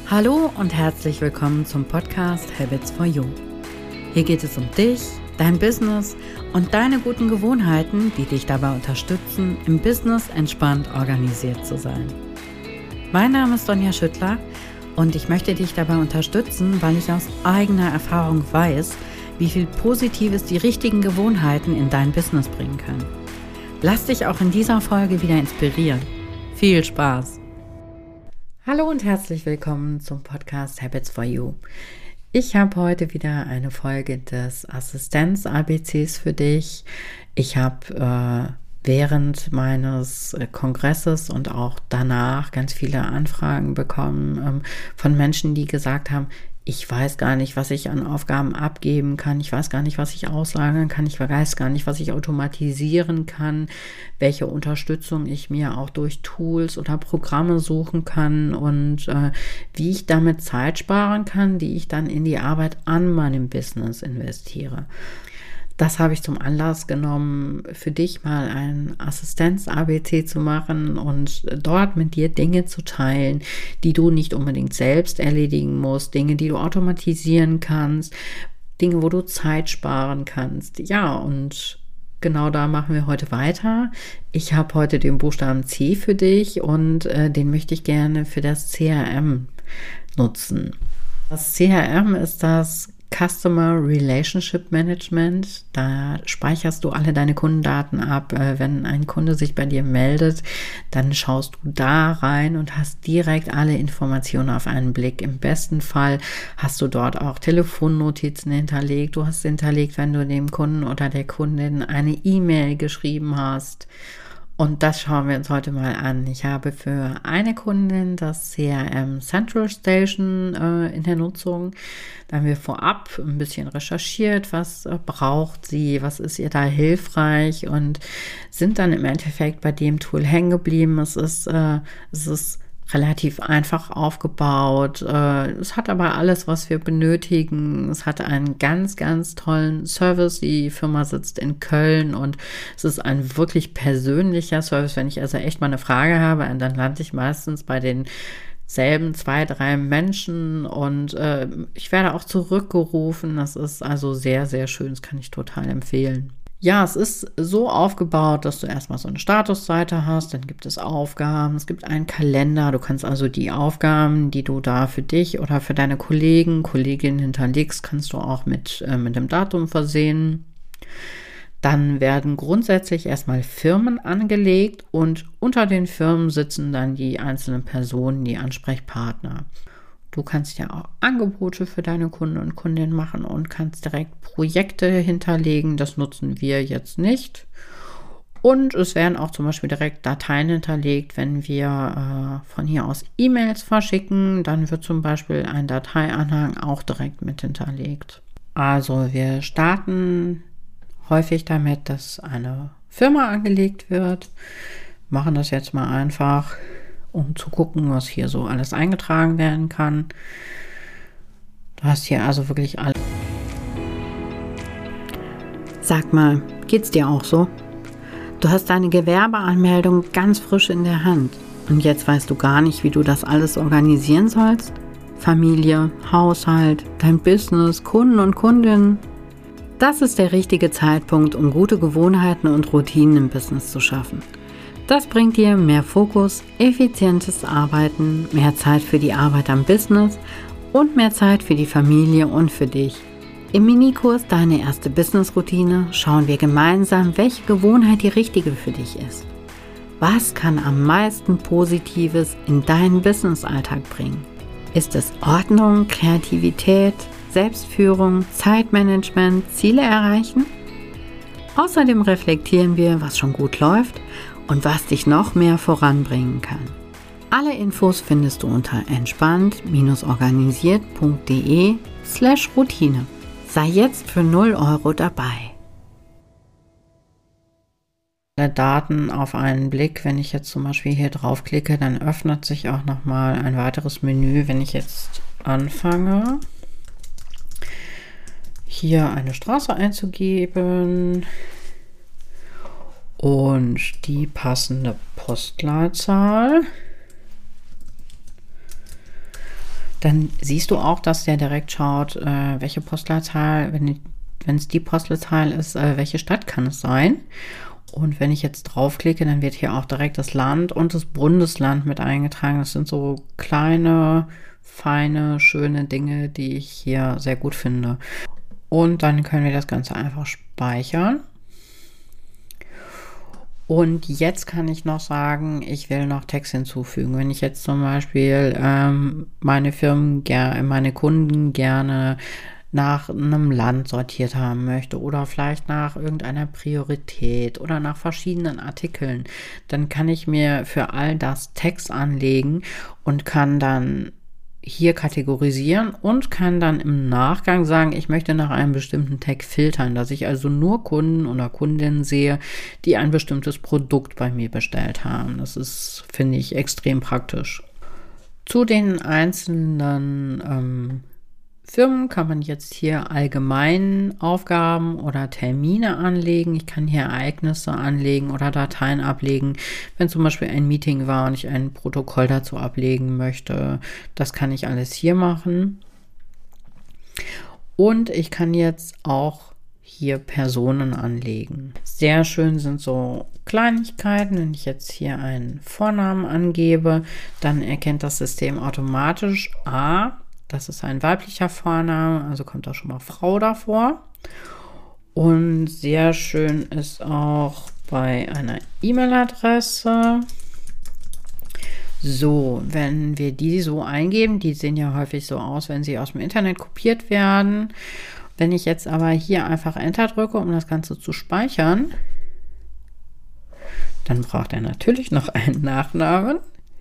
Hallo und herzlich willkommen zum Podcast Habits for You. Hier geht es um dich, dein Business und deine guten Gewohnheiten, die dich dabei unterstützen, im Business entspannt organisiert zu sein. Mein Name ist Sonja Schüttler und ich möchte dich dabei unterstützen, weil ich aus eigener Erfahrung weiß, wie viel Positives die richtigen Gewohnheiten in dein Business bringen können. Lass dich auch in dieser Folge wieder inspirieren. Viel Spaß! Hallo und herzlich willkommen zum Podcast Habits for You. Ich habe heute wieder eine Folge des Assistenz-ABCs für dich. Ich habe während meines Kongresses und auch danach ganz viele Anfragen bekommen von Menschen, die gesagt haben, ich weiß gar nicht, was ich an Aufgaben abgeben kann. Ich weiß gar nicht, was ich auslagern kann. Ich weiß gar nicht, was ich automatisieren kann, welche Unterstützung ich mir auch durch Tools oder Programme suchen kann und wie ich damit Zeit sparen kann, die ich dann in die Arbeit an meinem Business investiere. Das habe ich zum Anlass genommen, für dich mal ein Assistenz-ABC zu machen und dort mit dir Dinge zu teilen, die du nicht unbedingt selbst erledigen musst, Dinge, die du automatisieren kannst, Dinge, wo du Zeit sparen kannst. Ja, und genau da machen wir heute weiter. Ich habe heute den Buchstaben C für dich und den möchte ich gerne für das CRM nutzen. Das CRM ist das Customer Relationship Management. Da speicherst du alle deine Kundendaten ab. Wenn ein Kunde sich bei dir meldet, dann schaust du da rein und hast direkt alle Informationen auf einen Blick. Im besten Fall hast du dort auch Telefonnotizen hinterlegt. Du hast hinterlegt, wenn du dem Kunden oder der Kundin eine E-Mail geschrieben hast. Und das schauen wir uns heute mal an. Ich habe für eine Kundin das CRM Central Station in der Nutzung. Da haben wir vorab ein bisschen recherchiert, was braucht sie, was ist ihr da hilfreich und sind dann im Endeffekt bei dem Tool hängen geblieben. Es ist relativ einfach aufgebaut. Es hat aber alles, was wir benötigen. Es hat einen ganz, ganz tollen Service. Die Firma sitzt in Köln und es ist ein wirklich persönlicher Service. Wenn ich also echt mal eine Frage habe, dann lande ich meistens bei den selben 2, 3 Menschen und ich werde auch zurückgerufen. Das ist also sehr, sehr schön. Das kann ich total empfehlen. Ja, es ist so aufgebaut, dass du erstmal so eine Statusseite hast, dann gibt es Aufgaben, es gibt einen Kalender. Du kannst also die Aufgaben, die du da für dich oder für deine Kolleginnen hinterlegst, kannst du auch mit dem Datum versehen. Dann werden grundsätzlich erstmal Firmen angelegt und unter den Firmen sitzen dann die einzelnen Personen, die Ansprechpartner. Du kannst ja auch Angebote für deine Kunden und Kundinnen machen und kannst direkt Projekte hinterlegen. Das nutzen wir jetzt nicht. Und es werden auch zum Beispiel direkt Dateien hinterlegt, wenn wir von hier aus E-Mails verschicken. Dann wird zum Beispiel ein Dateianhang auch direkt mit hinterlegt. Also wir starten häufig damit, dass eine Firma angelegt wird. Machen das jetzt mal einfach, um zu gucken, was hier so alles eingetragen werden kann. Du hast hier also wirklich alles. Sag mal, geht's dir auch so? Du hast deine Gewerbeanmeldung ganz frisch in der Hand und jetzt weißt du gar nicht, wie du das alles organisieren sollst? Familie, Haushalt, dein Business, Kunden und Kundinnen. Das ist der richtige Zeitpunkt, um gute Gewohnheiten und Routinen im Business zu schaffen. Das bringt dir mehr Fokus, effizientes Arbeiten, mehr Zeit für die Arbeit am Business und mehr Zeit für die Familie und für dich. Im Minikurs Deine erste Business-Routine schauen wir gemeinsam, welche Gewohnheit die richtige für dich ist. Was kann am meisten Positives in deinen Business-Alltag bringen? Ist es Ordnung, Kreativität, Selbstführung, Zeitmanagement, Ziele erreichen? Außerdem reflektieren wir, was schon gut läuft und was dich noch mehr voranbringen kann. Alle Infos findest du unter entspannt-organisiert.de/Routine. Sei jetzt für 0 € dabei. Alle Daten auf einen Blick. Wenn ich jetzt zum Beispiel hier draufklicke, dann öffnet sich auch nochmal ein weiteres Menü. Wenn ich jetzt anfange, hier eine Straße einzugeben und die passende Postleitzahl, Dann siehst du auch, dass der direkt schaut, welche Postleitzahl, wenn es die Postleitzahl ist, welche Stadt kann es sein. Und wenn ich jetzt draufklicke, dann wird hier auch direkt das Land und das Bundesland mit eingetragen. Das sind so kleine, feine, schöne Dinge, die ich hier sehr gut finde. Und dann können wir das Ganze einfach speichern. Und jetzt kann ich noch sagen, ich will noch Text hinzufügen. Wenn ich jetzt zum Beispiel meine Kunden gerne nach einem Land sortiert haben möchte oder vielleicht nach irgendeiner Priorität oder nach verschiedenen Artikeln, dann kann ich mir für all das Text anlegen und kann dann hier kategorisieren und kann dann im Nachgang sagen, ich möchte nach einem bestimmten Tag filtern, dass ich also nur Kunden oder Kundinnen sehe, die ein bestimmtes Produkt bei mir bestellt haben. Das ist, finde ich, extrem praktisch. Zu den einzelnen Firmen kann man jetzt hier allgemein Aufgaben oder Termine anlegen. Ich kann hier Ereignisse anlegen oder Dateien ablegen, wenn zum Beispiel ein Meeting war und ich ein Protokoll dazu ablegen möchte. Das kann ich alles hier machen. Und ich kann jetzt auch hier Personen anlegen. Sehr schön sind so Kleinigkeiten. Wenn ich jetzt hier einen Vornamen angebe, dann erkennt das System automatisch, das ist ein weiblicher Vorname, also kommt da schon mal Frau davor. Und sehr schön ist auch bei einer E-Mail-Adresse. So, wenn wir die so eingeben, die sehen ja häufig so aus, wenn sie aus dem Internet kopiert werden. Wenn ich jetzt aber hier einfach Enter drücke, um das Ganze zu speichern, dann braucht er natürlich noch einen Nachnamen.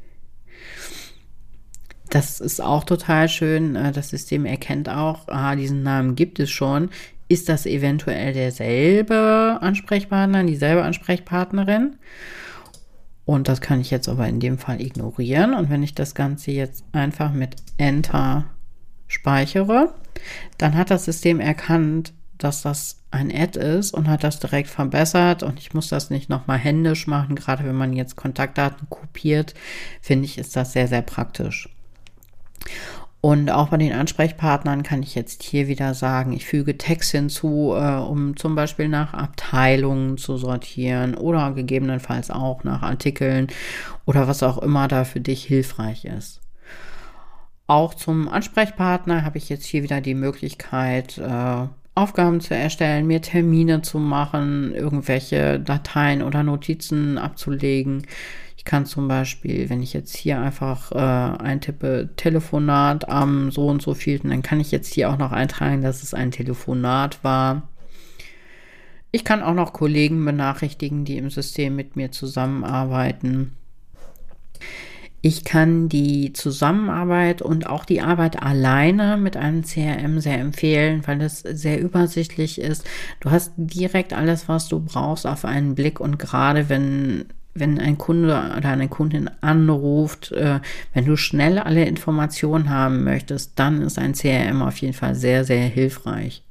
Das ist auch total schön. Das System erkennt auch, diesen Namen gibt es schon. Ist das eventuell derselbe Ansprechpartner, dieselbe Ansprechpartnerin? Und das kann ich jetzt aber in dem Fall ignorieren. Und wenn ich das Ganze jetzt einfach mit Enter speichere, dann hat das System erkannt, dass das ein Ad ist und hat das direkt verbessert. Und ich muss das nicht nochmal händisch machen. Gerade wenn man jetzt Kontaktdaten kopiert, finde ich, ist das sehr, sehr praktisch. Und auch bei den Ansprechpartnern kann ich jetzt hier wieder sagen, ich füge Text hinzu, um zum Beispiel nach Abteilungen zu sortieren oder gegebenenfalls auch nach Artikeln oder was auch immer da für dich hilfreich ist. Auch zum Ansprechpartner habe ich jetzt hier wieder die Möglichkeit, Aufgaben zu erstellen, mir Termine zu machen, irgendwelche Dateien oder Notizen abzulegen. Ich kann zum Beispiel, wenn ich jetzt hier einfach eintippe, Telefonat am so und so vielten, dann kann ich jetzt hier auch noch eintragen, dass es ein Telefonat war. Ich kann auch noch Kollegen benachrichtigen, die im System mit mir zusammenarbeiten. Ich kann die Zusammenarbeit und auch die Arbeit alleine mit einem CRM sehr empfehlen, weil es sehr übersichtlich ist. Du hast direkt alles, was du brauchst, auf einen Blick und gerade wenn ein Kunde oder eine Kundin anruft, wenn du schnell alle Informationen haben möchtest, dann ist ein CRM auf jeden Fall sehr, sehr hilfreich.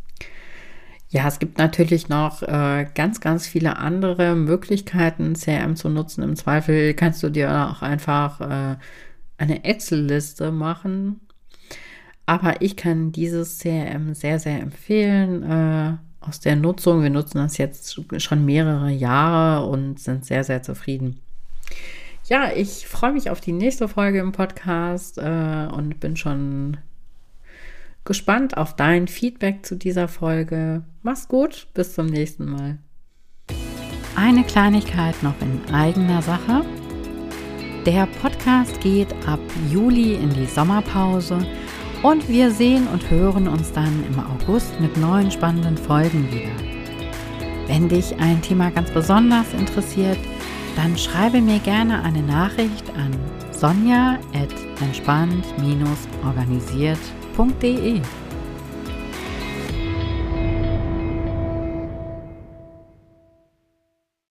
Ja, es gibt natürlich noch ganz, ganz viele andere Möglichkeiten, CRM zu nutzen. Im Zweifel kannst du dir auch einfach eine Excel-Liste machen. Aber ich kann dieses CRM sehr, sehr empfehlen aus der Nutzung. Wir nutzen das jetzt schon mehrere Jahre und sind sehr, sehr zufrieden. Ja, ich freue mich auf die nächste Folge im Podcast und bin schon gespannt auf dein Feedback zu dieser Folge. Mach's gut, bis zum nächsten Mal. Eine Kleinigkeit noch in eigener Sache. Der Podcast geht ab Juli in die Sommerpause und wir sehen und hören uns dann im August mit neuen spannenden Folgen wieder. Wenn dich ein Thema ganz besonders interessiert, dann schreibe mir gerne eine Nachricht an sonja@entspannt-organisiert.de.